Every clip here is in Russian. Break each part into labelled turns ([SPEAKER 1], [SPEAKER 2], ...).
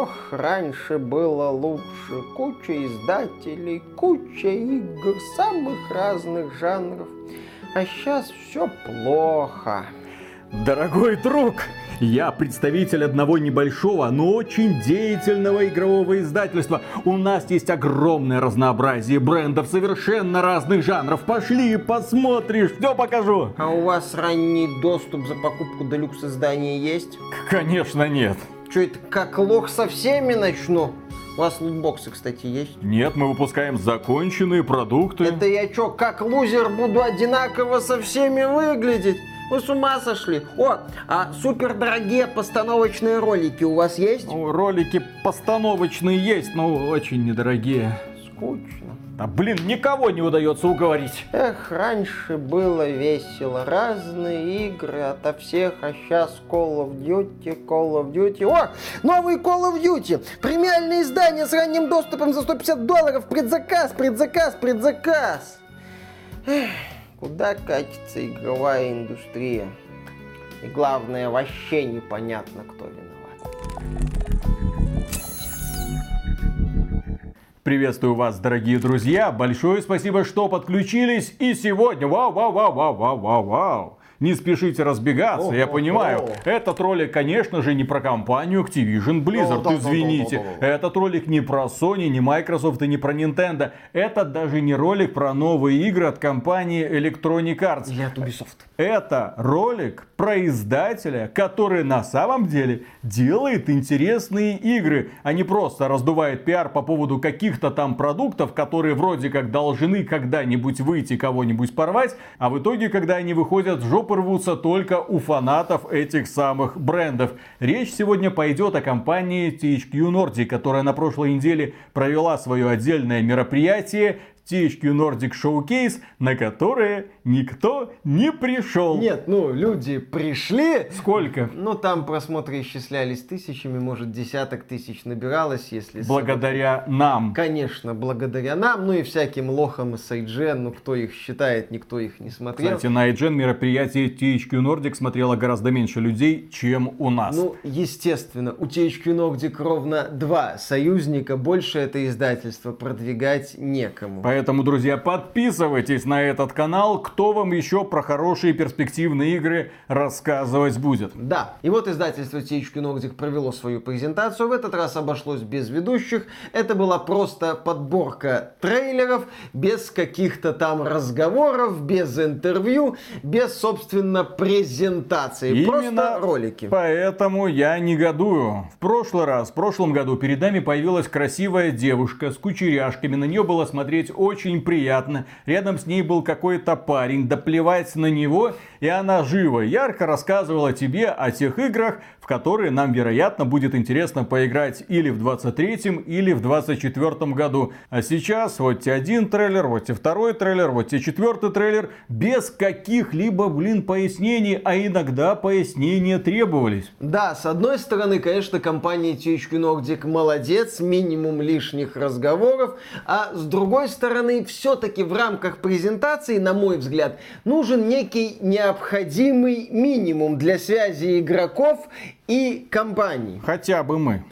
[SPEAKER 1] Ох, раньше было лучше. Куча издателей, куча игр самых разных жанров. А сейчас все плохо.
[SPEAKER 2] Дорогой друг, я представитель одного небольшого, но очень деятельного игрового издательства. У нас есть огромное разнообразие брендов совершенно разных жанров. Пошли, посмотришь, все покажу.
[SPEAKER 1] А у вас ранний доступ за покупку делюкс издания есть?
[SPEAKER 2] Конечно нет.
[SPEAKER 1] Че это, как лох со всеми начну? У вас лутбоксы, кстати, есть?
[SPEAKER 2] Нет, мы выпускаем законченные продукты.
[SPEAKER 1] Это я чё, как лузер буду одинаково со всеми выглядеть? Вы с ума сошли? О, а супер дорогие постановочные ролики у вас есть?
[SPEAKER 2] Ну, ролики постановочные есть, но очень недорогие.
[SPEAKER 1] Скучно.
[SPEAKER 2] Да блин, никого не удается уговорить.
[SPEAKER 1] Эх, раньше было весело. Разные игры ото всех, а сейчас Call of Duty. О, новый Call of Duty. Премиальное издание с ранним доступом за $150. Предзаказ. Эх, куда катится игровая индустрия? И главное, вообще непонятно, кто виноват.
[SPEAKER 2] Приветствую вас, дорогие друзья. Большое спасибо, что подключились. И сегодня, вау. Не спешите разбегаться, я понимаю. Этот ролик, конечно же, не про компанию Activision Blizzard, извините. Этот ролик не про Sony, не Microsoft и не про Nintendo. Это даже не ролик про новые игры от компании Electronic Arts.
[SPEAKER 1] Или от Ubisoft.
[SPEAKER 2] Это ролик про издателя, который на самом деле делает интересные игры, а не просто раздувает пиар по поводу каких-то там продуктов, которые вроде как должны когда-нибудь выйти, кого-нибудь порвать, а в итоге, когда они выходят, жопы рвутся только у фанатов этих самых брендов. Речь сегодня пойдет о компании THQ Nordic, которая на прошлой неделе провела свое отдельное мероприятие THQ Nordic Showcase, на которое никто не пришел.
[SPEAKER 1] Нет, люди пришли.
[SPEAKER 2] Сколько?
[SPEAKER 1] Там просмотры исчислялись тысячами, может, десяток тысяч набиралось, если...
[SPEAKER 2] Благодаря нам.
[SPEAKER 1] Конечно, благодаря нам, и всяким лохам из IGN, кто их считает, никто их не смотрел.
[SPEAKER 2] Кстати, на IGN мероприятие THQ Nordic смотрело гораздо меньше людей, чем у нас.
[SPEAKER 1] Естественно, у THQ Nordic ровно 2 союзника, больше это издательство продвигать некому.
[SPEAKER 2] Поэтому, друзья, подписывайтесь на этот канал, кто вам еще про хорошие перспективные игры рассказывать будет.
[SPEAKER 1] Да, и вот издательство THQ Nordic провело свою презентацию, в этот раз обошлось без ведущих, это была просто подборка трейлеров, без каких-то там разговоров, без интервью, без, собственно, презентации, просто ролики.
[SPEAKER 2] Поэтому я негодую. В прошлом году перед нами появилась красивая девушка с кучеряшками, на нее было смотреть очень приятно. Рядом с ней был какой-то парень, да плевать на него, и она живо, ярко рассказывала тебе о тех играх, в которые нам, вероятно, будет интересно поиграть или в 23-м, или в 24-м году. А сейчас вот тебе один трейлер, вот тебе второй трейлер, вот тебе четвертый трейлер, без каких-либо, пояснений, а иногда пояснения требовались.
[SPEAKER 1] Да, с одной стороны, конечно, компания THQ Nordic молодец, минимум лишних разговоров, а с другой стороны, все-таки в рамках презентации, на мой взгляд, нужен некий необходимый минимум для связи игроков и компаний.
[SPEAKER 2] Хотя бы мы.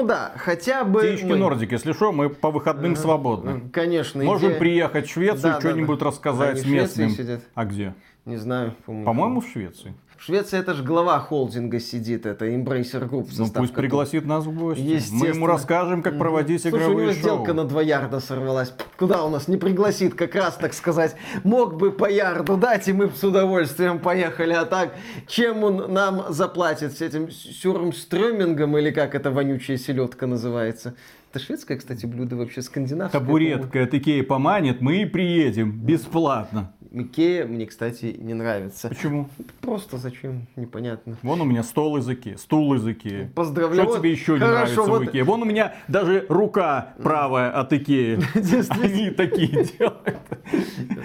[SPEAKER 1] Хотя бы
[SPEAKER 2] THQ Nordic, если что, мы по выходным свободны.
[SPEAKER 1] Конечно.
[SPEAKER 2] Можем приехать в Швецию, что-нибудь рассказать местным.
[SPEAKER 1] Сидят.
[SPEAKER 2] А где?
[SPEAKER 1] Не знаю.
[SPEAKER 2] По-моему, в Швеции.
[SPEAKER 1] В Швеции это же глава холдинга сидит, это Embracer Group.
[SPEAKER 2] Пусть пригласит нас в гости. Мы ему расскажем, как проводить игровые шоу.
[SPEAKER 1] У него сделка на 2 ярда сорвалась. Куда у нас не пригласит, как раз, так сказать. Мог бы по ярду дать, и мы бы с удовольствием поехали. А так, чем он нам заплатит? С этим сюрмстрёмингом, или как эта вонючая селедка называется? Это шведское, кстати, блюдо, вообще скандинавское.
[SPEAKER 2] Табуретка от Икеи поманит, мы и приедем бесплатно.
[SPEAKER 1] Икея мне, кстати, не нравится.
[SPEAKER 2] Почему?
[SPEAKER 1] Просто зачем? Непонятно.
[SPEAKER 2] Вон у меня стул из Икеи.
[SPEAKER 1] Поздравляю.
[SPEAKER 2] Что тебе еще не нравится в Икее? Вон у меня даже рука правая от Икеи. Они такие делают.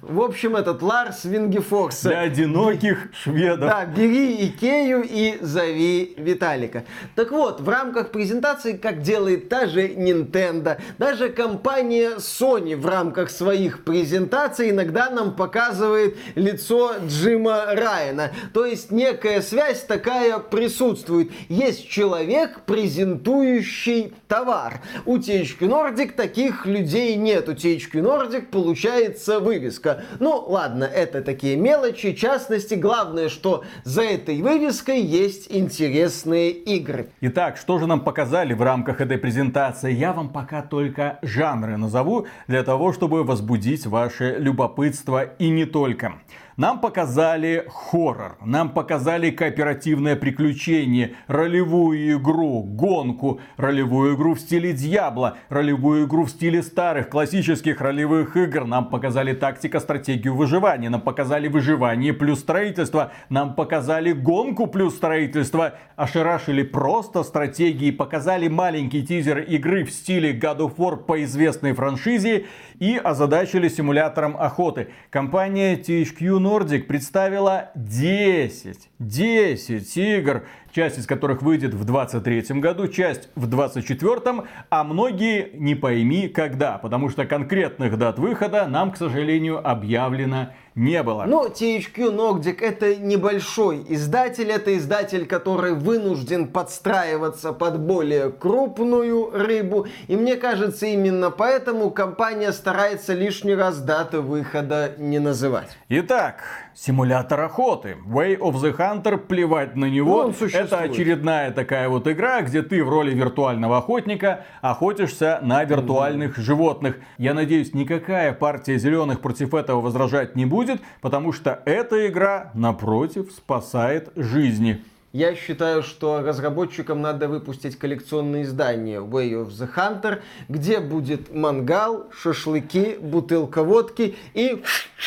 [SPEAKER 1] В общем, этот Ларс Вингефорс.
[SPEAKER 2] Для одиноких шведов.
[SPEAKER 1] Да, бери Икею и зови Виталика. Так вот, в рамках презентации, как делает та же Nintendo, даже компания Sony в рамках своих презентаций иногда нам показывает лицо Джима Райана. То есть некая связь такая присутствует. Есть человек, презентующий товар. У THQ Nordic таких людей нет. У THQ Nordic получается вывеска. Ну, ладно, это такие мелочи, частности. Главное, что за этой вывеской есть интересные игры.
[SPEAKER 2] Итак, что же нам показали в рамках этой презентации? Я вам пока только жанры назову, для того, чтобы возбудить ваше любопытство и не только. Нам показали хоррор, нам показали кооперативное приключение, ролевую игру, гонку, ролевую игру в стиле Диабло, ролевую игру в стиле старых классических ролевых игр. Нам показали тактико-стратегию выживания, нам показали выживание плюс строительство, нам показали гонку плюс строительство, ошарашили просто стратегии, показали маленький тизер игры в стиле God of War по известной франшизе и озадачили симулятором охоты. Компания THQ Nordic представила 10 игр, часть из которых выйдет в 2023 году, часть в 2024, а многие не пойми когда, потому что конкретных дат выхода нам, к сожалению, объявлено не было.
[SPEAKER 1] Но THQ Nordic это небольшой издатель, это издатель, который вынужден подстраиваться под более крупную рыбу, и мне кажется, именно поэтому компания старается лишний раз даты выхода не называть.
[SPEAKER 2] Итак, симулятор охоты. Way of the Hunter, плевать на него. Это очередная такая вот игра, где ты в роли виртуального охотника охотишься на виртуальных животных. Я надеюсь, никакая партия зеленых против этого возражать не будет, потому что эта игра, напротив, спасает жизни.
[SPEAKER 1] Я считаю, что разработчикам надо выпустить коллекционное издание Way of the Hunter, где будет мангал, шашлыки, бутылка водки и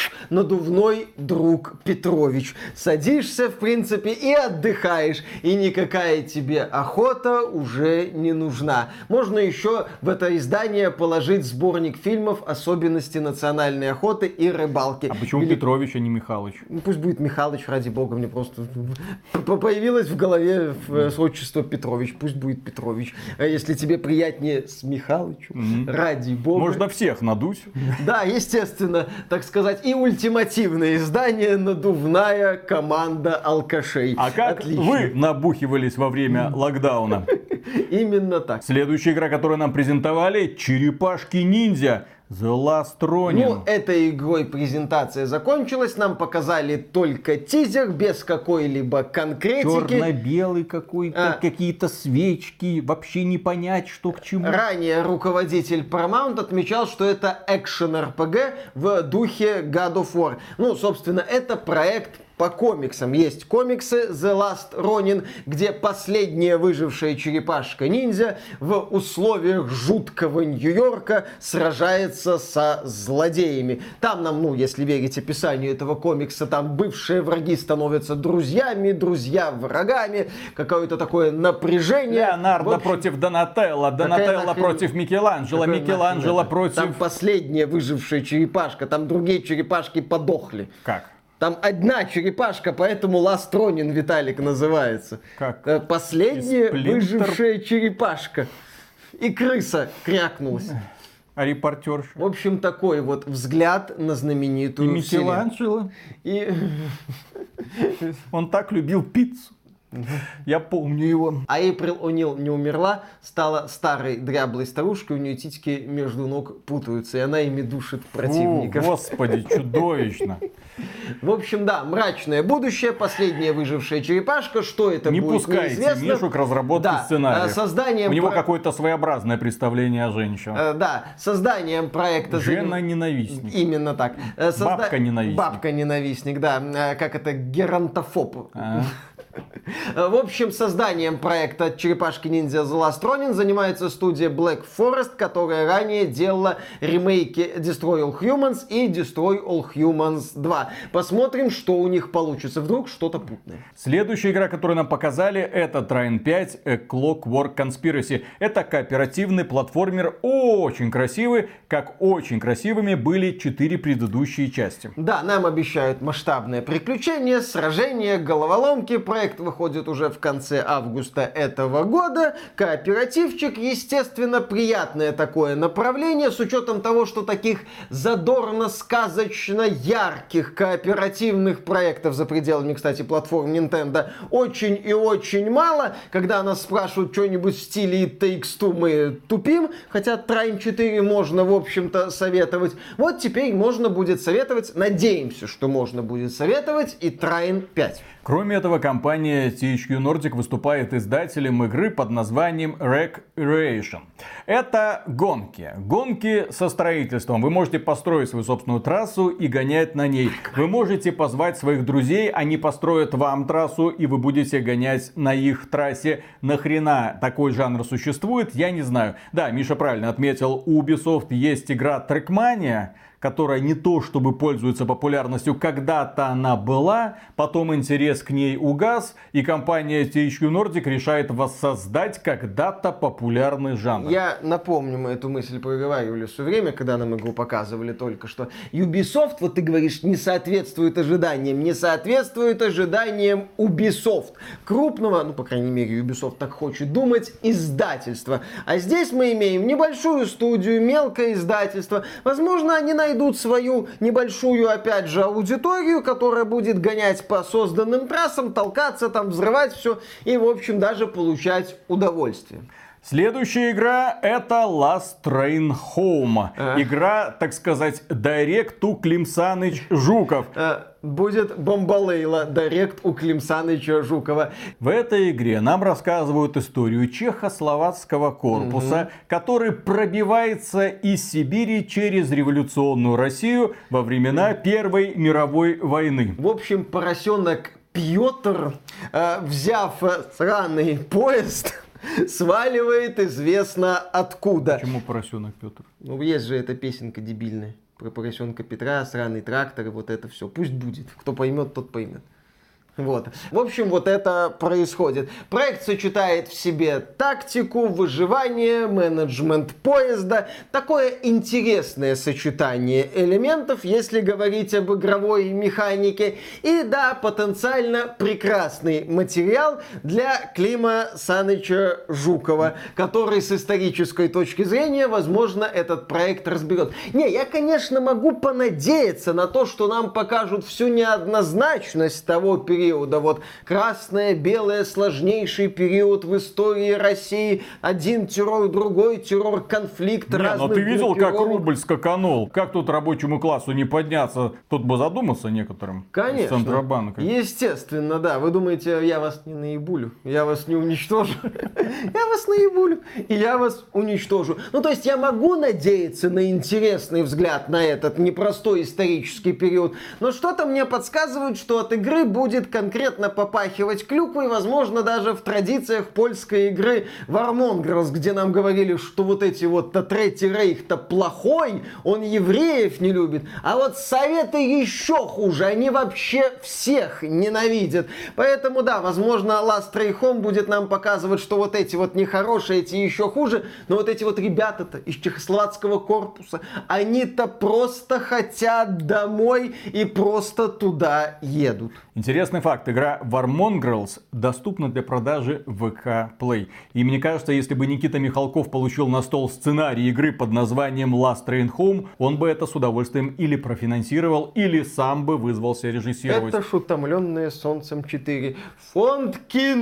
[SPEAKER 1] надувной друг Петрович. Садишься, в принципе, и отдыхаешь. И никакая тебе охота уже не нужна. Можно еще в это издание положить сборник фильмов «Особенности национальной охоты и рыбалки».
[SPEAKER 2] А почему Петрович, а не Михалыч?
[SPEAKER 1] Ну, пусть будет Михалыч, ради бога, мне просто появилось в голове отчество Петрович, пусть будет Петрович. А если тебе приятнее с Михалычем, ради бога.
[SPEAKER 2] Можно всех надуть.
[SPEAKER 1] Да, естественно, так сказать, и ультимативное издание «Надувная команда алкашей».
[SPEAKER 2] А как вы набухивались во время локдауна?
[SPEAKER 1] Именно так.
[SPEAKER 2] Следующая игра, которую нам презентовали, Черепашки-ниндзя. The Last Ronin.
[SPEAKER 1] Ну, этой игрой презентация закончилась. Нам показали только тизер, без какой-либо конкретики.
[SPEAKER 2] Черно-белый какой-то, какие-то свечки. Вообще не понять, что к чему.
[SPEAKER 1] Ранее руководитель Paramount отмечал, что это экшен-РПГ в духе God of War. Ну, собственно, это проект по комиксам. Есть комиксы The Last Ronin, где последняя выжившая черепашка-ниндзя в условиях жуткого Нью-Йорка сражается со злодеями. Там нам, ну, если верить описанию этого комикса, там бывшие враги становятся друзьями, друзья врагами, какое-то такое напряжение.
[SPEAKER 2] Леонардо против Донателло, Донателло против Микеланджело, Микеланджело против...
[SPEAKER 1] Там последняя выжившая черепашка, там другие черепашки подохли.
[SPEAKER 2] Как?
[SPEAKER 1] Там одна черепашка, поэтому Last Ronin, Виталик, называется.
[SPEAKER 2] Как?
[SPEAKER 1] Последняя выжившая черепашка. И крыса крякнулась.
[SPEAKER 2] А репортерша?
[SPEAKER 1] В общем, такой вот взгляд на знаменитую
[SPEAKER 2] И Микеланджело.
[SPEAKER 1] И...
[SPEAKER 2] Он так любил пиццу. Я помню его.
[SPEAKER 1] А Эйприл О'Нил не умерла, стала старой дряблой старушкой, у нее титьки между ног путаются, и она ими душит противников.
[SPEAKER 2] О, господи, чудовищно.
[SPEAKER 1] В общем, да, мрачное будущее, последняя выжившая черепашка, что это
[SPEAKER 2] не
[SPEAKER 1] будет,
[SPEAKER 2] пускайте
[SPEAKER 1] неизвестно.
[SPEAKER 2] Мишу к разработке сценария.
[SPEAKER 1] Созданием
[SPEAKER 2] У него какое-то своеобразное представление о женщинах.
[SPEAKER 1] Да, созданием проекта...
[SPEAKER 2] Жена-ненавистник.
[SPEAKER 1] Именно так.
[SPEAKER 2] Бабка-ненавистник.
[SPEAKER 1] Бабка-ненавистник, да. Как это, геронтофоб. В общем, созданием проекта Черепашки-ниндзя The Last Ronin занимается студия Black Forest, которая ранее делала ремейки Destroy All Humans и Destroy All Humans 2. Посмотрим, что у них получится. Вдруг что-то путное.
[SPEAKER 2] Следующая игра, которую нам показали, это Trine 5 A Clockwork Conspiracy. Это кооперативный платформер, очень красивый, как очень красивыми были 4 предыдущие части.
[SPEAKER 1] Да, нам обещают масштабное приключение, сражения, головоломки. Проект выходит уже в конце августа этого года. Кооперативчик, естественно, приятное такое направление, с учетом того, что таких задорно-сказочно ярких кооперативных проектов за пределами, кстати, платформ Nintendo очень и очень мало. Когда нас спрашивают что-нибудь в стиле It Takes Two, мы тупим, хотя Trine 4 можно, в общем-то, советовать. Вот теперь можно будет советовать, надеемся, что можно будет советовать и Trine 5.
[SPEAKER 2] Кроме этого, компания THQ Nordic выступает издателем игры под названием Recreation. Это гонки. Гонки со строительством. Вы можете построить свою собственную трассу и гонять на ней. Вы можете позвать своих друзей, они построят вам трассу, и вы будете гонять на их трассе. Нахрена такой жанр существует, я не знаю. Да, Миша правильно отметил, у Ubisoft есть игра Trackmania, которая не то чтобы пользуется популярностью, когда-то она была, потом интерес к ней угас, и компания THQ Nordic решает воссоздать когда-то популярный жанр.
[SPEAKER 1] Я напомню, мы эту мысль проговаривали все время, когда нам игру показывали только что. Ubisoft, вот ты говоришь, не соответствует ожиданиям Ubisoft. Крупного, ну, по крайней мере, Ubisoft так хочет думать, издательства. А здесь мы имеем небольшую студию, мелкое издательство. Возможно, они найдут свою небольшую, опять же, аудиторию, которая будет гонять по созданным трассам, толкаться там, взрывать все и, в общем, даже получать удовольствие.
[SPEAKER 2] Следующая игра это Last Train Home. Игра, так сказать, Direct to Клим Саныч Жуков.
[SPEAKER 1] Будет Бомбалейла, Direct у Клим Саныча Жукова.
[SPEAKER 2] В этой игре нам рассказывают историю чехословацкого корпуса, который пробивается из Сибири через революционную Россию во времена Первой мировой войны.
[SPEAKER 1] В общем, поросенок Пьотр, взяв сраный поезд, сваливает известно откуда.
[SPEAKER 2] Почему поросенок Петр?
[SPEAKER 1] Ну, есть же эта песенка дебильная про поросенка Петра, сраный трактор и вот это все. Пусть будет. Кто поймет, тот поймет. Вот. В общем, вот это происходит. Проект сочетает в себе тактику, выживание, менеджмент поезда. Такое интересное сочетание элементов, если говорить об игровой механике. И да, потенциально прекрасный материал для Клима Саныча Жукова, который с исторической точки зрения, возможно, этот проект разберет. Не, я, конечно, могу понадеяться на то, что нам покажут всю неоднозначность того периода. Вот красное, белое, сложнейший период в истории России. Один террор, другой террор, конфликт разных.
[SPEAKER 2] Но ты видел, как рубль скаканул? Как тут рабочему классу не подняться? Тут бы задуматься некоторым.
[SPEAKER 1] Конечно.
[SPEAKER 2] Центробанка.
[SPEAKER 1] Естественно, да. Вы думаете, я вас не наебулю? Я вас не уничтожу? Я вас наебулю. И я вас уничтожу. Ну, то есть я могу надеяться на интересный взгляд на этот непростой исторический период. Но что-то мне подсказывает, что от игры будет конкретно попахивать клюквой, возможно, даже в традициях польской игры War Mongrels, где нам говорили, что вот эти вот Третий Рейх-то плохой, он евреев не любит, а вот Советы еще хуже, они вообще всех ненавидят. Поэтому, да, возможно, Last Train Home будет нам показывать, что вот эти вот нехорошие, эти еще хуже, но вот эти вот ребята-то из чехословацкого корпуса, они-то просто хотят домой и просто туда едут.
[SPEAKER 2] Интересный факт. Игра War Mongrels доступна для продажи в VK Play. И мне кажется, если бы Никита Михалков получил на стол сценарий игры под названием Last Train Home, он бы это с удовольствием или профинансировал, или сам бы вызвался режиссировать.
[SPEAKER 1] Это ж «Утомленные солнцем 4». Фонд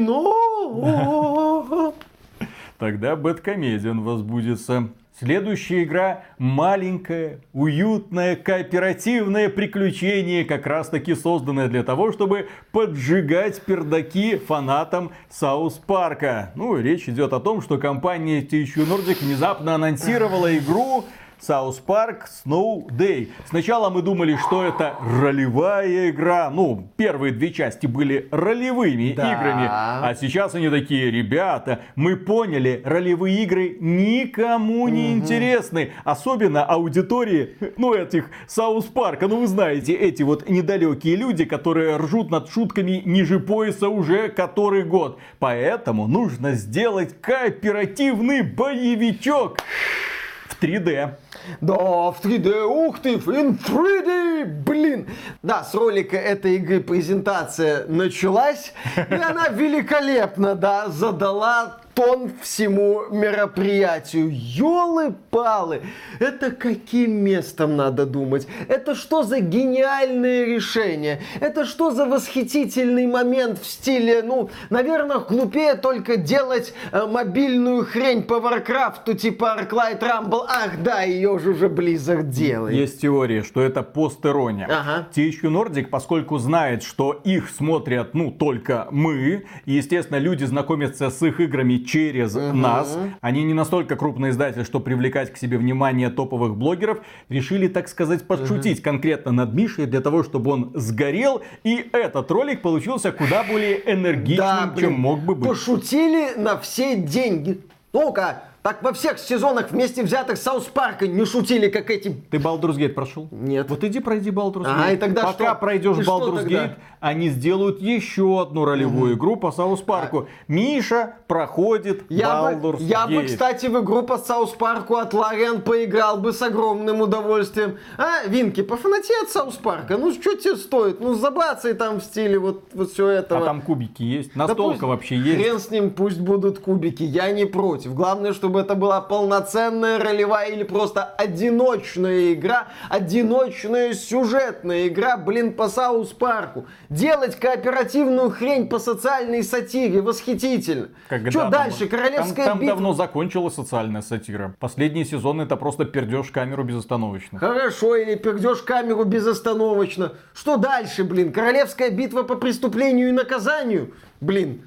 [SPEAKER 1] кино!
[SPEAKER 2] Тогда Бэдкомедиан возбудится. Следующая игра маленькое, уютное, кооперативное приключение, как раз таки созданное для того, чтобы поджигать пердаки фанатам Саус Парка. Ну, речь идет о том, что компания THQ Nordic внезапно анонсировала игру South Park Snow Day. Сначала мы думали, что это ролевая игра. Ну, первые две части были ролевыми играми. А сейчас они такие: ребята, мы поняли, ролевые игры никому не интересны. Особенно аудитории, ну, этих South Park. Ну, вы знаете, эти вот недалекие люди, которые ржут над шутками ниже пояса уже который год. Поэтому нужно сделать кооперативный боевичок в 3D.
[SPEAKER 1] Да, в 3D, ух ты, in 3D, блин. Да, с ролика этой игры презентация началась, и она великолепно, да, задала тон всему мероприятию. Ёлы-палы, это каким местом надо думать? Это что за гениальное решение? Это что за восхитительный момент в стиле, ну, наверное, глупее только делать мобильную хрень по Варкрафту, типа Arclight Rumble. Ах, да, ее же уже Blizzard делает.
[SPEAKER 2] Есть теория, что это пост-ирония.
[SPEAKER 1] Ага.
[SPEAKER 2] THQ Nordic, поскольку знает, что их смотрят, ну, только мы, и, естественно, люди знакомятся с их играми через нас. Они не настолько крупный издатель, что привлекать к себе внимание топовых блогеров. Решили, так сказать, подшутить конкретно над Мишей для того, чтобы он сгорел. И этот ролик получился куда более энергичным, чем мог бы быть.
[SPEAKER 1] Пошутили на все деньги. Ну-ка, так во всех сезонах вместе взятых Саус Парка не шутили, как эти...
[SPEAKER 2] Ты Baldur's Gate прошел?
[SPEAKER 1] Нет.
[SPEAKER 2] Вот иди пройди Baldur's Gate.
[SPEAKER 1] И тогда
[SPEAKER 2] пока
[SPEAKER 1] что?
[SPEAKER 2] пройдешь
[SPEAKER 1] И что
[SPEAKER 2] Baldur's
[SPEAKER 1] тогда?
[SPEAKER 2] Gate, они сделают еще одну ролевую игру по Саус Парку. Миша проходит Baldur's
[SPEAKER 1] Я бы,
[SPEAKER 2] Gate.
[SPEAKER 1] кстати, в игру по Саус Парку от Лариан поиграл бы с огромным удовольствием. А, Винки, пофанати от Саус Парка. Ну, что тебе стоит? Ну, забацай там в стиле вот все этого.
[SPEAKER 2] А там кубики есть?
[SPEAKER 1] Да
[SPEAKER 2] Настолка
[SPEAKER 1] пусть-
[SPEAKER 2] вообще есть?
[SPEAKER 1] Хрен с ним, пусть будут кубики. Я не против. Главное, чтобы это была полноценная ролевая или просто одиночная игра, одиночная сюжетная игра, блин, по Саус Парку. Делать кооперативную хрень по социальной сатире восхитительно.
[SPEAKER 2] Когда
[SPEAKER 1] Что
[SPEAKER 2] там?
[SPEAKER 1] дальше? Королевская
[SPEAKER 2] Там
[SPEAKER 1] битва.
[SPEAKER 2] давно закончилась социальная сатира. Последний сезон это просто пердеж камеру безостановочно.
[SPEAKER 1] Хорошо, или пердешь камеру безостановочно. Что дальше, блин? Королевская битва по преступлению и наказанию? Блин.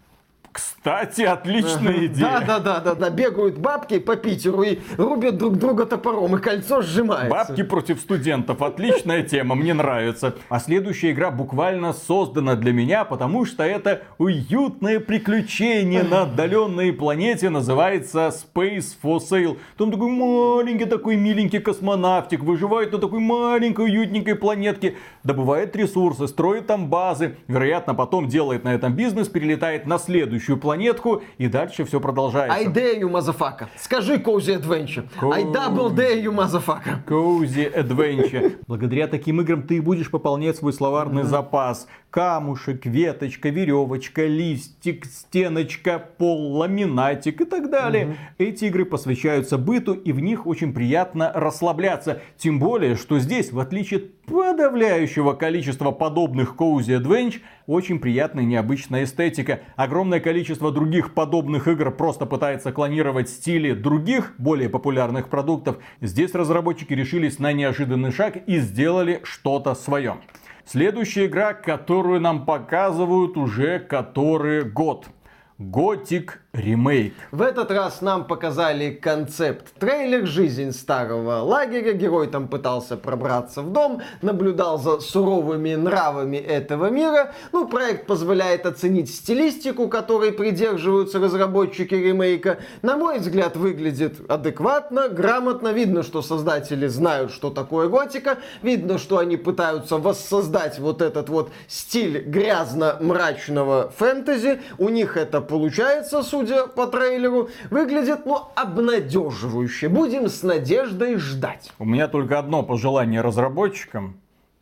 [SPEAKER 2] Кстати, отличная идея.
[SPEAKER 1] Да, бегают бабки по Питеру и рубят друг друга топором, и кольцо сжимается.
[SPEAKER 2] Бабки против студентов. Отличная тема, мне нравится. А следующая игра буквально создана для меня, потому что это уютное приключение на отдаленной планете, называется Space for Sale. Там такой маленький, такой миленький космонавтик выживает на такой маленькой, уютненькой планетке, добывает ресурсы, строит там базы, вероятно, потом делает на этом бизнес, перелетает на следующую планетку, и дальше все продолжается.
[SPEAKER 1] I dare you, motherfucker. Скажи Cozy Adventure. I double dare you, motherfucker.
[SPEAKER 2] Cozy Adventure. Благодаря таким играм ты будешь пополнять свой словарный запас. Камушек, веточка, веревочка, листик, стеночка, пол, ламинатик и так далее. Эти игры посвящаются быту, и в них очень приятно расслабляться. Тем более, что здесь, в отличие от подавляющего количества подобных Cozy Adventure, очень приятная необычная эстетика. Огромное количество других подобных игр просто пытается клонировать стили других, более популярных продуктов. Здесь разработчики решились на неожиданный шаг и сделали что-то свое. Следующая игра, которую нам показывают уже который год. Gothic Remake.
[SPEAKER 1] В этот раз нам показали концепт-трейлер «Жизнь старого лагеря». Герой там пытался пробраться в дом, наблюдал за суровыми нравами этого мира. Ну, проект позволяет оценить стилистику, которой придерживаются разработчики ремейка. На мой взгляд, выглядит адекватно, грамотно. Видно, что создатели знают, что такое готика. Видно, что они пытаются воссоздать вот этот вот стиль грязно-мрачного фэнтези. У них это получается, судя по трейлеру. Выглядит, ну, обнадеживающе. Будем с надеждой ждать.
[SPEAKER 2] У меня только одно пожелание разработчикам.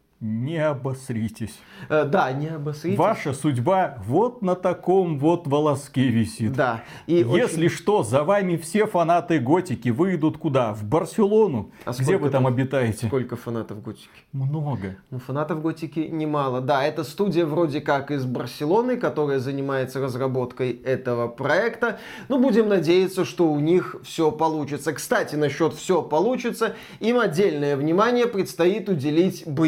[SPEAKER 2] Не обосритесь.
[SPEAKER 1] Да, не обосритесь.
[SPEAKER 2] Ваша судьба вот на таком вот волоске висит.
[SPEAKER 1] Да. И
[SPEAKER 2] Если что, за вами все фанаты готики выйдут куда? В Барселону? Где вы там обитаете?
[SPEAKER 1] Сколько фанатов готики?
[SPEAKER 2] Много.
[SPEAKER 1] Ну, фанатов готики немало. Да, это студия вроде как из Барселоны, которая занимается разработкой этого проекта. Ну, будем надеяться, что у них все получится. Кстати, насчет все получится, им отдельное внимание предстоит уделить боевой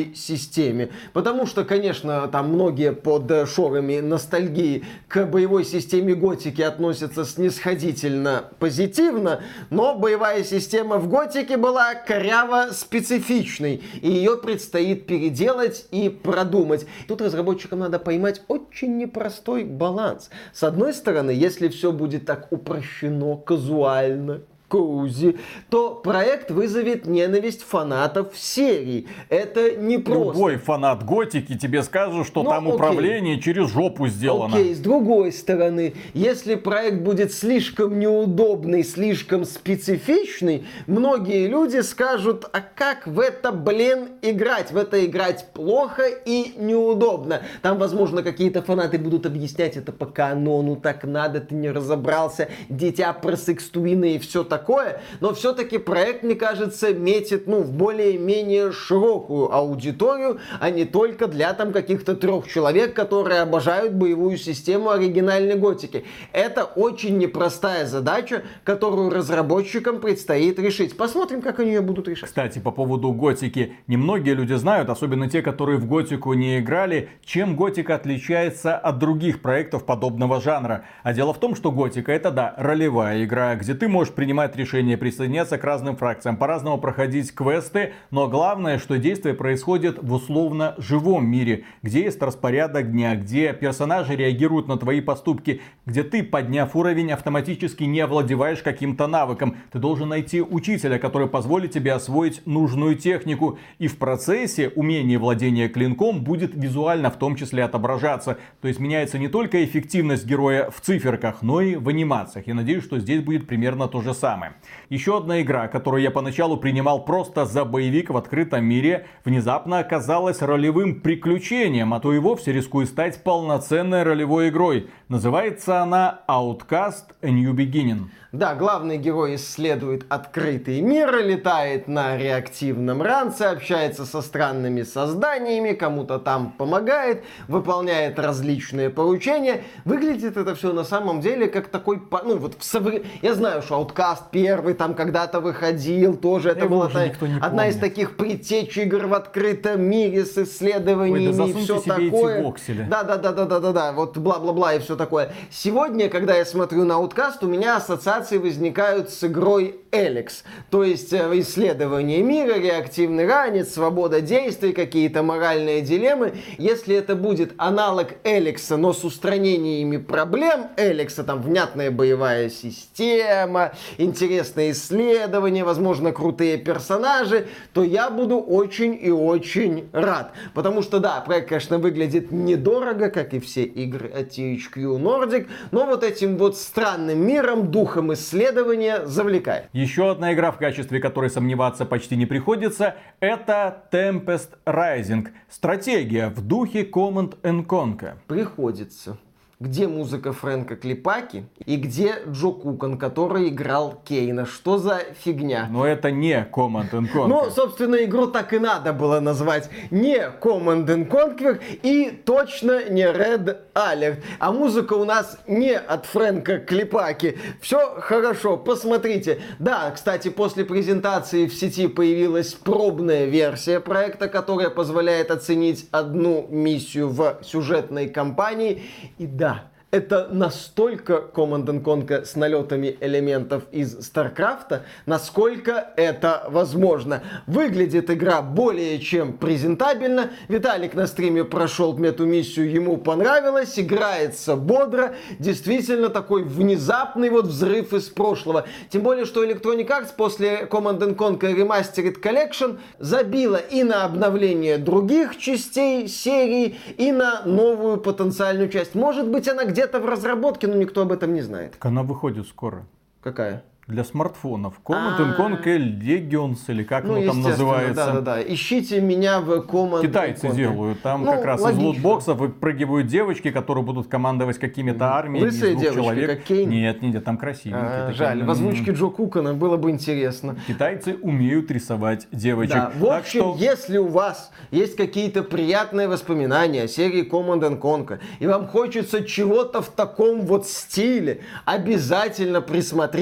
[SPEAKER 1] боевой системе. Потому что, конечно, там многие под шорами ностальгии к боевой системе Готики относятся снисходительно позитивно, но боевая система в Готике была коряво специфичной, и ее предстоит переделать и продумать. Тут разработчикам надо поймать очень непростой баланс. С одной стороны, если все будет так упрощено, казуально, коузи, то проект вызовет ненависть фанатов серии. Это не просто.
[SPEAKER 2] Любой фанат Готики тебе скажет, что там управление через жопу сделано.
[SPEAKER 1] Окей, с другой стороны, если проект будет слишком неудобный, слишком специфичный, многие люди скажут, а как в это, играть? В это играть плохо и неудобно. Там, возможно, какие-то фанаты будут объяснять, это по канону так надо, ты не разобрался, дитя просекстуина и все такое. Но все-таки проект, мне кажется, метит в более-менее широкую аудиторию, а не только для там каких-то 3 человек, которые обожают боевую систему оригинальной Готики. Это очень непростая задача, которую разработчикам предстоит решить. Посмотрим, как они ее будут решать.
[SPEAKER 2] Кстати, по поводу Готики. Немногие люди знают, особенно те, которые в Готику не играли, чем Готика отличается от других проектов подобного жанра. А дело в том, что Готика — это, да, ролевая игра, где ты можешь принимать решение присоединяться к разным фракциям, по-разному проходить квесты, но главное, что действие происходит в условно живом мире, где есть распорядок дня, где персонажи реагируют на твои поступки, где ты, подняв уровень, автоматически не овладеваешь каким-то навыком. Ты должен найти учителя, который позволит тебе освоить нужную технику, и в процессе умение владения клинком будет визуально в том числе отображаться. То есть меняется не только эффективность героя в циферках, но и в анимациях. Я надеюсь, что здесь будет примерно то же самое. Еще одна игра, которую я поначалу принимал просто за боевик в открытом мире, внезапно оказалась ролевым приключением, а то и вовсе рискует стать полноценной ролевой игрой. Называется она Outcast: A New Beginning.
[SPEAKER 1] Да, главный герой исследует открытый мир, летает на реактивном ранце, общается со странными созданиями, кому-то там помогает, выполняет различные поручения. Выглядит это все на самом деле как такой, я знаю, что Outcast первый там когда-то выходил, тоже это была одна из таких предтеч игр в открытом мире с исследованиями и все такое. Да, вот бла-бла-бла и все такое. Сегодня, когда я смотрю на Outcast, у меня ассоциации возникают с игрой Эликс. То есть исследование мира, реактивный ранец, свобода действий, какие-то моральные дилеммы. Если это будет аналог Эликса, но с устранениями проблем Эликса, там внятная боевая система, интересные исследования, возможно, крутые персонажи, то я буду очень и очень рад. Потому что, да, проект, конечно, выглядит недорого, как и все игры от THQ Nordic, но вот этим вот странным миром, духом исследования завлекает.
[SPEAKER 2] Еще одна игра, в качестве которой сомневаться почти не приходится, это Tempest Rising. Стратегия в духе Command & Conquer.
[SPEAKER 1] Приходится. Где музыка Фрэнка Клипаки и где Джо Кукан, который играл Кейна? Что за фигня?
[SPEAKER 2] Но это не Command & Conquer.
[SPEAKER 1] Ну, собственно, игру так и надо было назвать. Не Command & Conquer и точно не Red Alert. А музыка у нас не от Фрэнка Клипаки. Все хорошо, посмотрите. Да, кстати, после презентации в сети появилась пробная версия проекта, которая позволяет оценить одну миссию в сюжетной кампании. И да, это настолько Command & Conquer с налетами элементов из StarCraft'а, насколько это возможно. Выглядит игра более чем презентабельно. Виталик на стриме прошел эту миссию, ему понравилось, играется бодро. Действительно такой внезапный вот взрыв из прошлого. Тем более, что Electronic Arts после Command & Conquer Remastered Collection забила и на обновление других частей серии, и на новую потенциальную часть. Может быть, она где-то в разработке, но никто об этом не знает.
[SPEAKER 2] Так она выходит скоро.
[SPEAKER 1] Какая?
[SPEAKER 2] Для смартфонов. Command & Conquer Legions, или как оно там называется.
[SPEAKER 1] Да. Ищите меня в Command & Conquer.
[SPEAKER 2] Китайцы делают. Там как раз логично. Из лутбоксов выпрыгивают девочки, которые будут командовать какими-то армиями из 2
[SPEAKER 1] девочки,
[SPEAKER 2] человек.
[SPEAKER 1] Как Кейн?
[SPEAKER 2] Нет, там красивенькие.
[SPEAKER 1] Жаль, в озвучке Джо Кукана было бы интересно.
[SPEAKER 2] Китайцы умеют рисовать девочек.
[SPEAKER 1] Да. В общем, если у вас есть какие-то приятные воспоминания о серии Command & Conquer, и вам хочется чего-то в таком вот стиле, обязательно присмотритесь к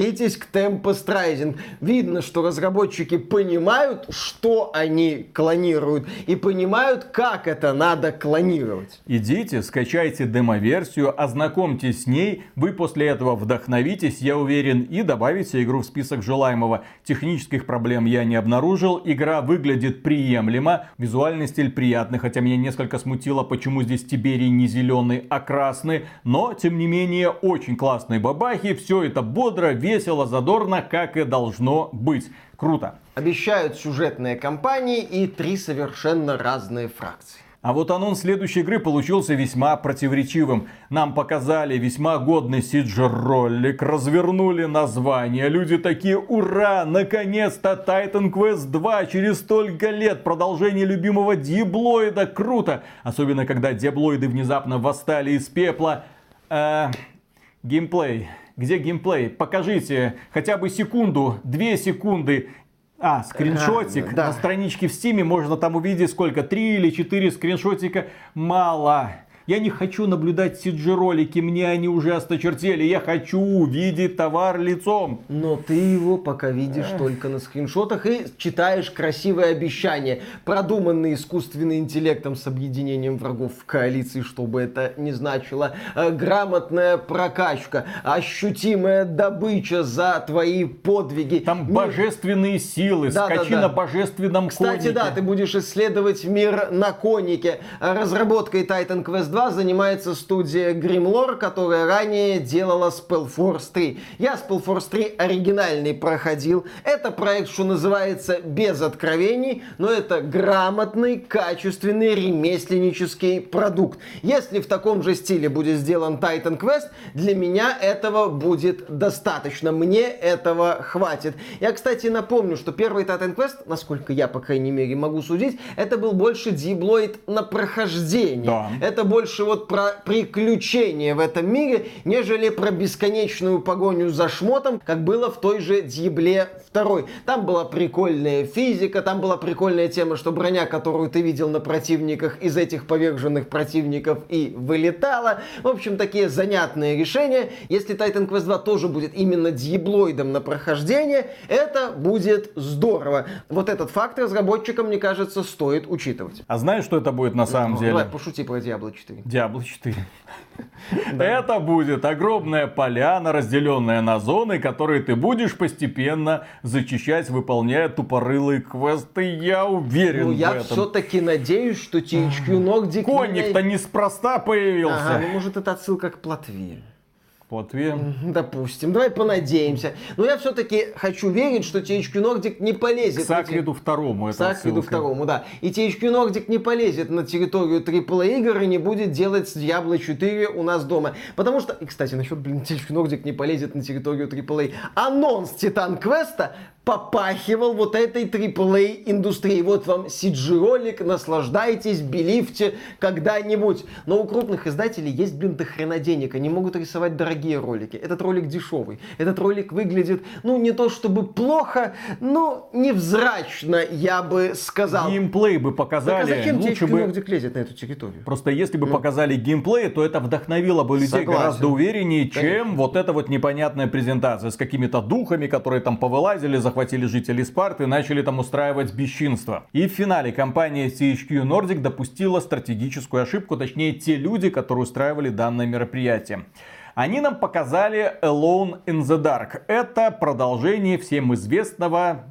[SPEAKER 1] Tempest Rising. Видно, что разработчики понимают, что они клонируют, и понимают, как это надо клонировать.
[SPEAKER 2] Идите, скачайте демо-версию, ознакомьтесь с ней, вы после этого вдохновитесь, я уверен, и добавите игру в список желаемого. Технических проблем я не обнаружил, игра выглядит приемлемо, визуальный стиль приятный, хотя меня несколько смутило, почему здесь Тиберий не зеленый, а красный, но, тем не менее, очень классные бабахи, все это бодро, весело, задорно, как и должно быть. Круто.
[SPEAKER 1] Обещают сюжетные кампании и 3 совершенно разные фракции.
[SPEAKER 2] А вот анонс следующей игры получился весьма противоречивым. Нам показали весьма годный CG-ролик, развернули название. Люди такие: ура, наконец-то Titan Quest 2 через столько лет, продолжение любимого Диаблоида, круто. Особенно когда диаблоиды внезапно восстали из пепла. Геймплей. Где геймплей? Покажите хотя бы секунду, 2 секунды. Скриншотик.
[SPEAKER 1] Да.
[SPEAKER 2] На страничке в Стиме можно там увидеть сколько? 3 или 4 скриншотика. Мало. Я не хочу наблюдать CG-ролики, мне они уже осточертели. Я хочу увидеть товар лицом.
[SPEAKER 1] Но ты его пока видишь только на скриншотах и читаешь красивые обещания, продуманные искусственным интеллектом с объединением врагов в коалиции, что бы это ни значило. Грамотная прокачка, ощутимая добыча за твои подвиги.
[SPEAKER 2] Там божественные силы, скачи на божественном конике.
[SPEAKER 1] Кстати, да, ты будешь исследовать мир на конике. Разработкой Titan Quest 2 занимается студия Grimlore, которая ранее делала Spellforce 3. Я Spellforce 3 оригинальный проходил. Это проект, что называется, без откровений, но это грамотный, качественный, ремесленнический продукт. Если в таком же стиле будет сделан Titan Quest, для меня этого будет достаточно. Мне этого хватит. Я, кстати, напомню, что первый Titan Quest, насколько я, по крайней мере, могу судить, это был больше Диаблоид на прохождение.
[SPEAKER 2] Да.
[SPEAKER 1] Это больше вот про приключения в этом мире, нежели про бесконечную погоню за шмотом, как было в той же Диабле 2. Там была прикольная физика, там была прикольная тема, что броня, которую ты видел на противниках, из этих поверженных противников и вылетала. В общем, такие занятные решения. Если Titan Quest 2 тоже будет именно диаблоидом на прохождение, это будет здорово. Вот этот факт разработчикам, мне кажется, стоит учитывать.
[SPEAKER 2] А знаешь, что это будет на самом деле?
[SPEAKER 1] Давай, пошути про Diablo 4.
[SPEAKER 2] Diablo 4. Это будет огромная поляна, разделенная на зоны, которые ты будешь постепенно зачищать, выполняя тупорылые квесты. Я уверен в
[SPEAKER 1] я
[SPEAKER 2] этом.
[SPEAKER 1] все-таки надеюсь, что THQ Nordic...
[SPEAKER 2] Конник-то неспроста появился.
[SPEAKER 1] Ага, может, это отсылка к плотве.
[SPEAKER 2] Плотве.
[SPEAKER 1] Допустим. Давай понадеемся. Но я все-таки хочу верить, что THQ Nordic не полезет...
[SPEAKER 2] К Сакриду второму это
[SPEAKER 1] Сакриду второму, да. И THQ Nordic не полезет на территорию AAA игр и не будет делать с Diablo 4 у нас дома. Потому что... И, кстати, насчет, THQ Nordic не полезет на территорию AAA. Анонс Титан Квеста попахивал вот этой AAA индустрией. Вот вам CG-ролик, наслаждайтесь, беливьте когда-нибудь. Но у крупных издателей есть, до хрена денег. Они могут рисовать дорогие ролики. Этот ролик дешевый. Этот ролик выглядит, не то чтобы плохо, но невзрачно, я бы сказал.
[SPEAKER 2] Геймплей бы показали.
[SPEAKER 1] Так а зачем
[SPEAKER 2] лучше
[SPEAKER 1] THQ
[SPEAKER 2] бы...
[SPEAKER 1] Nordic лезет на эту территорию?
[SPEAKER 2] Просто если бы показали геймплей, то это вдохновило бы людей
[SPEAKER 1] Согласен.
[SPEAKER 2] гораздо увереннее, чем
[SPEAKER 1] Конечно.
[SPEAKER 2] вот эта вот непонятная презентация с какими-то духами, которые там повылазили, захватили жителей Спарты и начали там устраивать бесчинство. И в финале компания THQ Nordic допустила стратегическую ошибку, точнее те люди, которые устраивали данное мероприятие. Они нам показали Alone in the Dark. Это продолжение всем известного,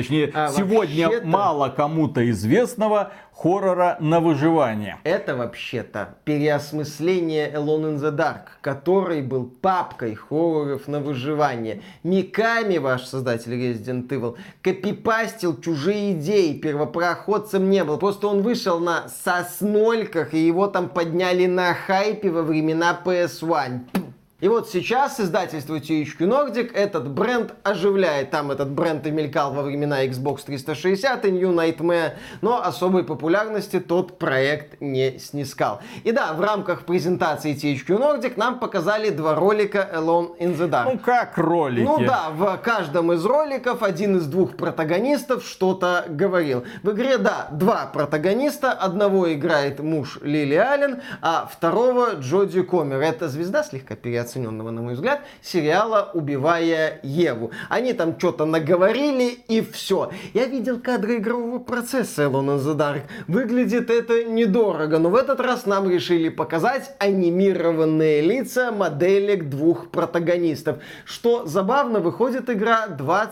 [SPEAKER 2] сегодня
[SPEAKER 1] вообще-то...
[SPEAKER 2] мало кому-то известного хоррора на выживание.
[SPEAKER 1] Это вообще-то переосмысление Alone in the Dark, который был папкой хорроров на выживание. Миками, ваш создатель Resident Evil, копипастил чужие идеи, первопроходцем не был. Просто он вышел на соснольках, и его там подняли на хайпе во времена PS1. И вот сейчас издательство THQ Nordic этот бренд оживляет. Там этот бренд и мелькал во времена Xbox 360 и New Nightmare, но особой популярности тот проект не снискал. И да, в рамках презентации THQ Nordic нам показали 2 ролика Alone in the Dark.
[SPEAKER 2] Как ролики?
[SPEAKER 1] В каждом из роликов один из 2 протагонистов что-то говорил. В игре, 2 протагониста. Одного играет муж Лили Аллен, а второго Джоди Комер. Это звезда слегка переоценена. переоцененного, на мой взгляд, сериала «Убивая Еву». Они там что-то наговорили, и все. Я видел кадры игрового процесса Alone in the Dark. Выглядит это недорого, но в этот раз нам решили показать анимированные лица моделек двух протагонистов. Что забавно, выходит игра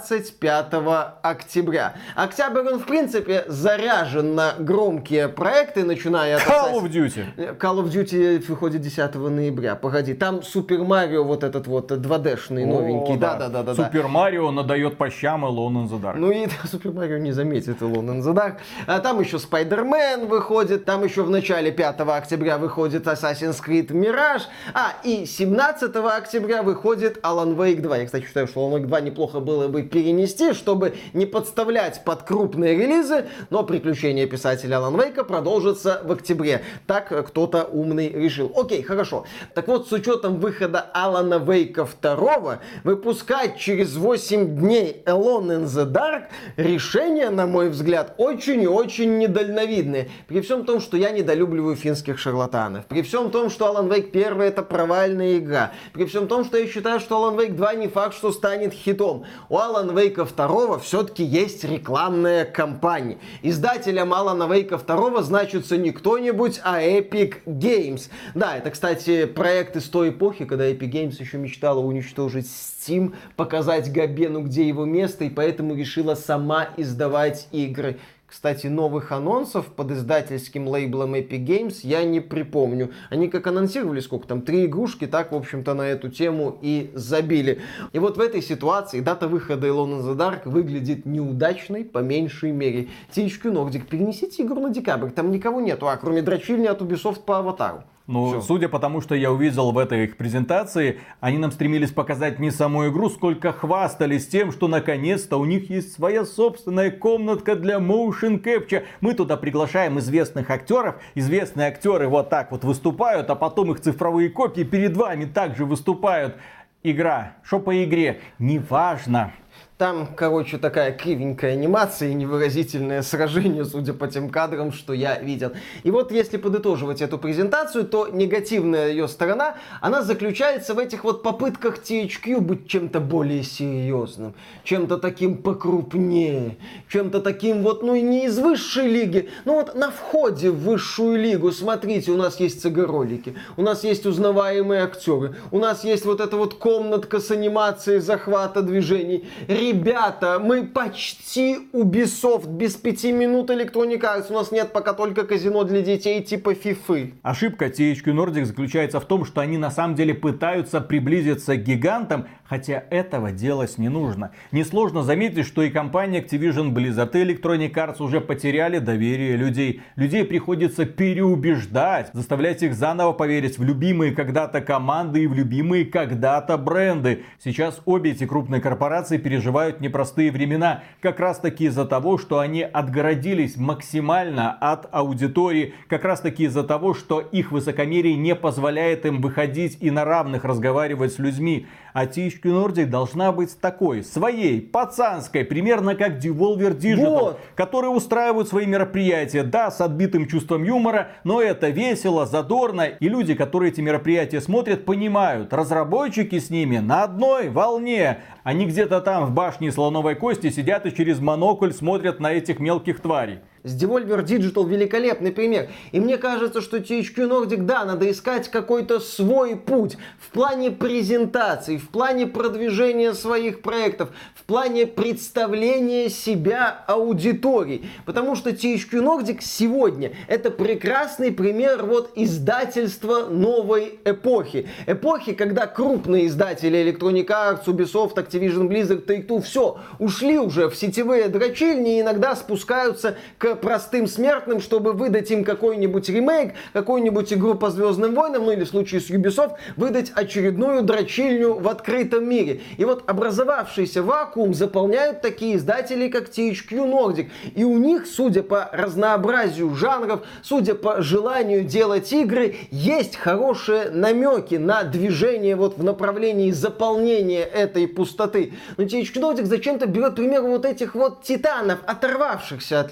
[SPEAKER 1] 25 октября. Октябрь, он, в принципе, заряжен на громкие проекты, начиная от...
[SPEAKER 2] Call of Duty.
[SPEAKER 1] Call of Duty выходит 10 ноября. Погоди, там Super Mario вот этот вот 2D-шный новенький. Да.
[SPEAKER 2] Супер Марио надает по щам Alone in the Dark.
[SPEAKER 1] Ну и Super Mario не заметит Alone in the Dark. А там еще Spider-Man выходит, там еще в начале 5 октября выходит Assassin's Creed Mirage, и 17 октября выходит Alan Wake 2. Я, кстати, считаю, что Alan Wake 2 неплохо было бы перенести, чтобы не подставлять под крупные релизы, но приключения писателя Alan Wake продолжатся в октябре. Так кто-то умный решил. Окей, хорошо. Так вот, с учетом выхода Алана Вейка 2, выпускать через 8 дней Alone in the Dark решение, на мой взгляд, очень и очень недальновидное. При всем том, что я недолюбливаю финских шарлатанов. При всем том, что Alan Wake 1 это провальная игра. При всем том, что я считаю, что Alan Wake 2 не факт, что станет хитом. У Alan Wake 2 все-таки есть рекламная кампания. Издателем Alan Wake 2 значится не кто-нибудь, а Epic Games. Да, это, кстати, проект из той эпохи, когда Epic Games еще мечтала уничтожить Steam, показать Габену, где его место, и поэтому решила сама издавать игры. Кстати, новых анонсов под издательским лейблом Epic Games я не припомню. Они как анонсировали, сколько там, 3 игрушки, так, в общем-то, на эту тему и забили. И вот в этой ситуации дата выхода Alone in the Dark выглядит неудачной по меньшей мере. THQ Nordic, перенесите игру на декабрь, там никого нету, кроме дрочильни от Ubisoft по Аватару.
[SPEAKER 2] Ну, судя по тому, что я увидел в этой их презентации, они нам стремились показать не саму игру, сколько хвастались тем, что наконец-то у них есть своя собственная комнатка для motion capture. Мы туда приглашаем известных актеров, известные актеры вот так вот выступают, а потом их цифровые копии перед вами также выступают. Игра, что по игре, неважно.
[SPEAKER 1] Там, короче, такая кривенькая анимация и невыразительное сражение, судя по тем кадрам, что я видел. И вот, если подытоживать эту презентацию, то негативная ее сторона, она заключается в этих вот попытках THQ быть чем-то более серьезным, чем-то таким покрупнее, чем-то таким вот, ну и не из высшей лиги, но вот на входе в высшую лигу, смотрите, у нас есть CG-ролики, у нас есть узнаваемые актеры, у нас есть вот эта вот комнатка с анимацией захвата движений. Ребята, мы почти Ubisoft, без 5 минут Electronic Arts, у нас нет пока только казино для детей типа FIFA.
[SPEAKER 2] Ошибка THQ Nordic заключается в том, что они на самом деле пытаются приблизиться к гигантам, хотя этого делать не нужно. Несложно заметить, что и компания Activision Blizzard, и Electronic Arts уже потеряли доверие людей. Людей приходится переубеждать, заставлять их заново поверить в любимые когда-то команды и в любимые когда-то бренды. Сейчас обе эти крупные корпорации переживают непростые времена, как раз таки из-за того, что они отгородились максимально от аудитории, как раз таки из-за того, что их высокомерие не позволяет им выходить и на равных разговаривать с людьми. А THQ Nordic должна быть такой, своей, пацанской, примерно как Devolver Digital, которые устраивают свои мероприятия, да, с отбитым чувством юмора, но это весело, задорно, и люди, которые эти мероприятия смотрят, понимают, разработчики с ними на одной волне. Они где-то там в башне слоновой кости сидят и через монокль смотрят на этих мелких тварей.
[SPEAKER 1] С Devolver Digital великолепный пример. И мне кажется, что THQ Nordic, да, надо искать какой-то свой путь в плане презентаций, в плане продвижения своих проектов, в плане представления себя аудитории. Потому что THQ Nordic сегодня это прекрасный пример вот издательства новой эпохи. Эпохи, когда крупные издатели Electronic Arts, Ubisoft, Activision Blizzard, Take-Two, все, ушли уже в сетевые дрочильни и иногда спускаются к простым смертным, чтобы выдать им какой-нибудь ремейк, какую-нибудь игру по Звездным войнам, ну или в случае с Ubisoft, выдать очередную дрочильню в открытом мире. И вот образовавшийся вакуум заполняют такие издатели, как THQ Nordic. И у них, судя по разнообразию жанров, судя по желанию делать игры, есть хорошие намеки на движение вот в направлении заполнения этой пустоты. Но THQ Nordic зачем-то берет пример вот этих вот титанов, оторвавшихся от людей,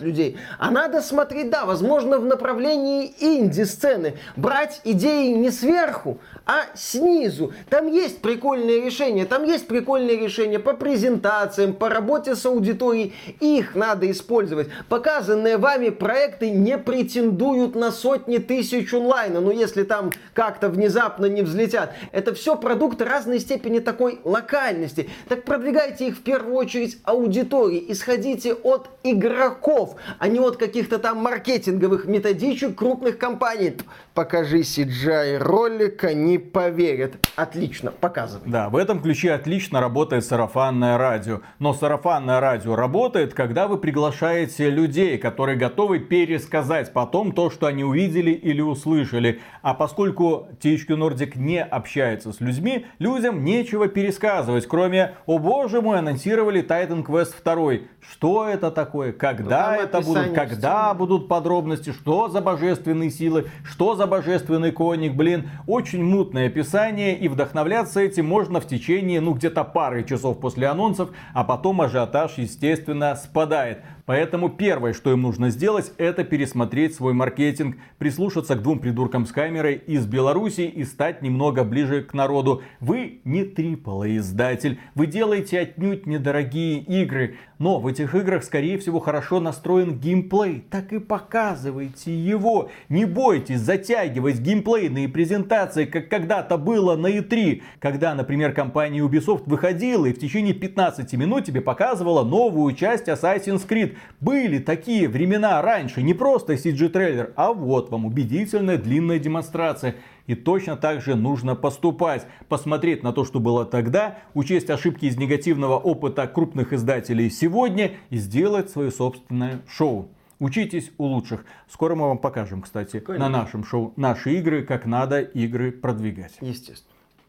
[SPEAKER 1] А надо смотреть, да, возможно, в направлении инди-сцены. Брать идеи не сверху, а снизу. Там есть прикольные решения. Там есть прикольные решения по презентациям, по работе с аудиторией. Их надо использовать. Показанные вами проекты не претендуют на сотни тысяч онлайна. Но если там как-то внезапно не взлетят. Это все продукты разной степени такой локальности. Так продвигайте их в первую очередь аудитории. Исходите от игроков, а не от каких-то там маркетинговых методичек крупных компаний. Покажи CGI ролика, не поверят. Отлично, показывай.
[SPEAKER 2] Да, в этом ключе отлично работает сарафанное радио. Но сарафанное радио работает, когда вы приглашаете людей, которые готовы пересказать потом то, что они увидели или услышали. А поскольку THQ Nordic не общается с людьми, людям нечего пересказывать, кроме «О боже мой, анонсировали Titan Quest 2». Что это такое? Когда это будут? Когда будут подробности? Что за божественные силы? Что за божественный конник? Блин, очень мутное описание, и вдохновляться этим можно в течение, где-то пары часов после анонсов, а потом ажиотаж, естественно, спадает. Поэтому первое, что им нужно сделать, это пересмотреть свой маркетинг, прислушаться к двум придуркам с камерой из Беларуси и стать немного ближе к народу. Вы не AAA-издатель, вы делаете отнюдь недорогие игры, но в этих играх, скорее всего, хорошо настроен геймплей. Так и показывайте его. Не бойтесь затягивать геймплейные презентации, как когда-то было на E3, когда, например, компания Ubisoft выходила и в течение 15 минут тебе показывала новую часть Assassin's Creed. Были такие времена раньше, не просто CG-трейлер, а вот вам убедительная длинная демонстрация. И точно так же нужно поступать. Посмотреть на то, что было тогда, учесть ошибки из негативного опыта крупных издателей сегодня и сделать свое собственное шоу. Учитесь у лучших. Скоро мы вам покажем, кстати, на нашем шоу наши игры, как надо игры продвигать.
[SPEAKER 1] Естественно.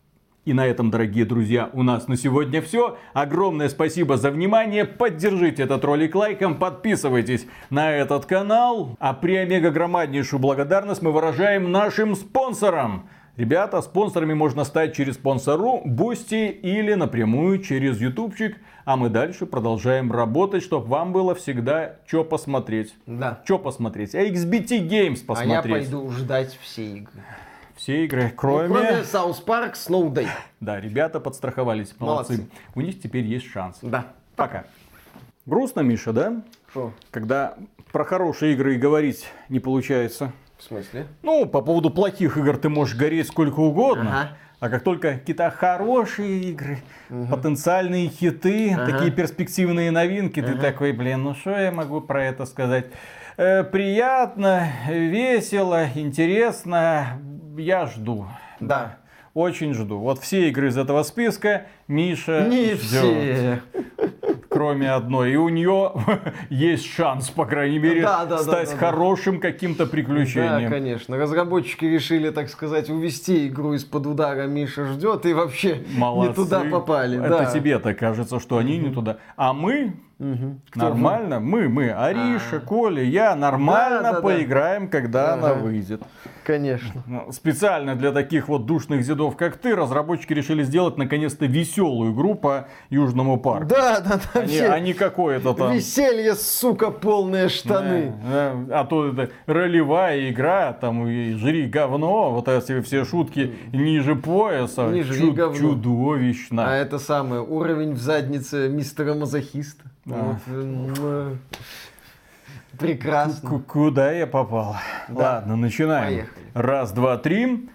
[SPEAKER 2] И на этом, дорогие друзья, у нас на сегодня все. Огромное спасибо за внимание. Поддержите этот ролик лайком, подписывайтесь на этот канал. А при омега громаднейшую благодарность мы выражаем нашим спонсорам. Ребята, спонсорами можно стать через Sponsor.ru, Boosty или напрямую через ютубчик. А мы дальше продолжаем работать, чтобы вам было всегда что посмотреть.
[SPEAKER 1] Да.
[SPEAKER 2] Что посмотреть? А XBT Games посмотреть.
[SPEAKER 1] А я пойду ждать все игры.
[SPEAKER 2] Все игры, кроме
[SPEAKER 1] South Park, Snow Day.
[SPEAKER 2] Да, ребята подстраховались, молодцы. У них теперь есть шанс.
[SPEAKER 1] Да.
[SPEAKER 2] Пока. Грустно, Миша, да?
[SPEAKER 1] Что?
[SPEAKER 2] Когда про хорошие игры и говорить не получается.
[SPEAKER 1] В смысле?
[SPEAKER 2] Ну, по поводу плохих игр ты можешь гореть сколько угодно.
[SPEAKER 1] Ага.
[SPEAKER 2] А как только какие-то хорошие игры, потенциальные хиты, такие перспективные новинки, ты такой, блин, ну что я могу про это сказать? Приятно, весело, интересно, я жду.
[SPEAKER 1] Да.
[SPEAKER 2] Очень жду. Вот все игры из этого списка Миша
[SPEAKER 1] Не
[SPEAKER 2] ждет.
[SPEAKER 1] все.
[SPEAKER 2] Кроме одной. И у нее есть шанс, по крайней мере, стать хорошим каким-то приключением.
[SPEAKER 1] Да, конечно. Разработчики решили, так сказать, увести игру из-под удара «Миша ждет» и вообще
[SPEAKER 2] Молодцы.
[SPEAKER 1] не туда попали.
[SPEAKER 2] Это тебе-то кажется, что они не туда. А мы нормально, мы, Ариша, Коля, я нормально поиграем, когда она выйдет.
[SPEAKER 1] Конечно.
[SPEAKER 2] Специально для таких вот душных зедов, как ты, разработчики решили сделать наконец-то веселую игру по Южному парку.
[SPEAKER 1] Да.
[SPEAKER 2] А не какое-то там...
[SPEAKER 1] Веселье, сука, полные штаны.
[SPEAKER 2] А то это ролевая игра, там и жри говно, вот эти все шутки ниже пояса.
[SPEAKER 1] Ниже говно.
[SPEAKER 2] Чудовищно.
[SPEAKER 1] А это самое, уровень в заднице мистера Мазохиста. Вот. Прекрасно.
[SPEAKER 2] Куда я попал?
[SPEAKER 1] Да.
[SPEAKER 2] Ладно, начинаем.
[SPEAKER 1] Поехали.
[SPEAKER 2] Раз, два, три.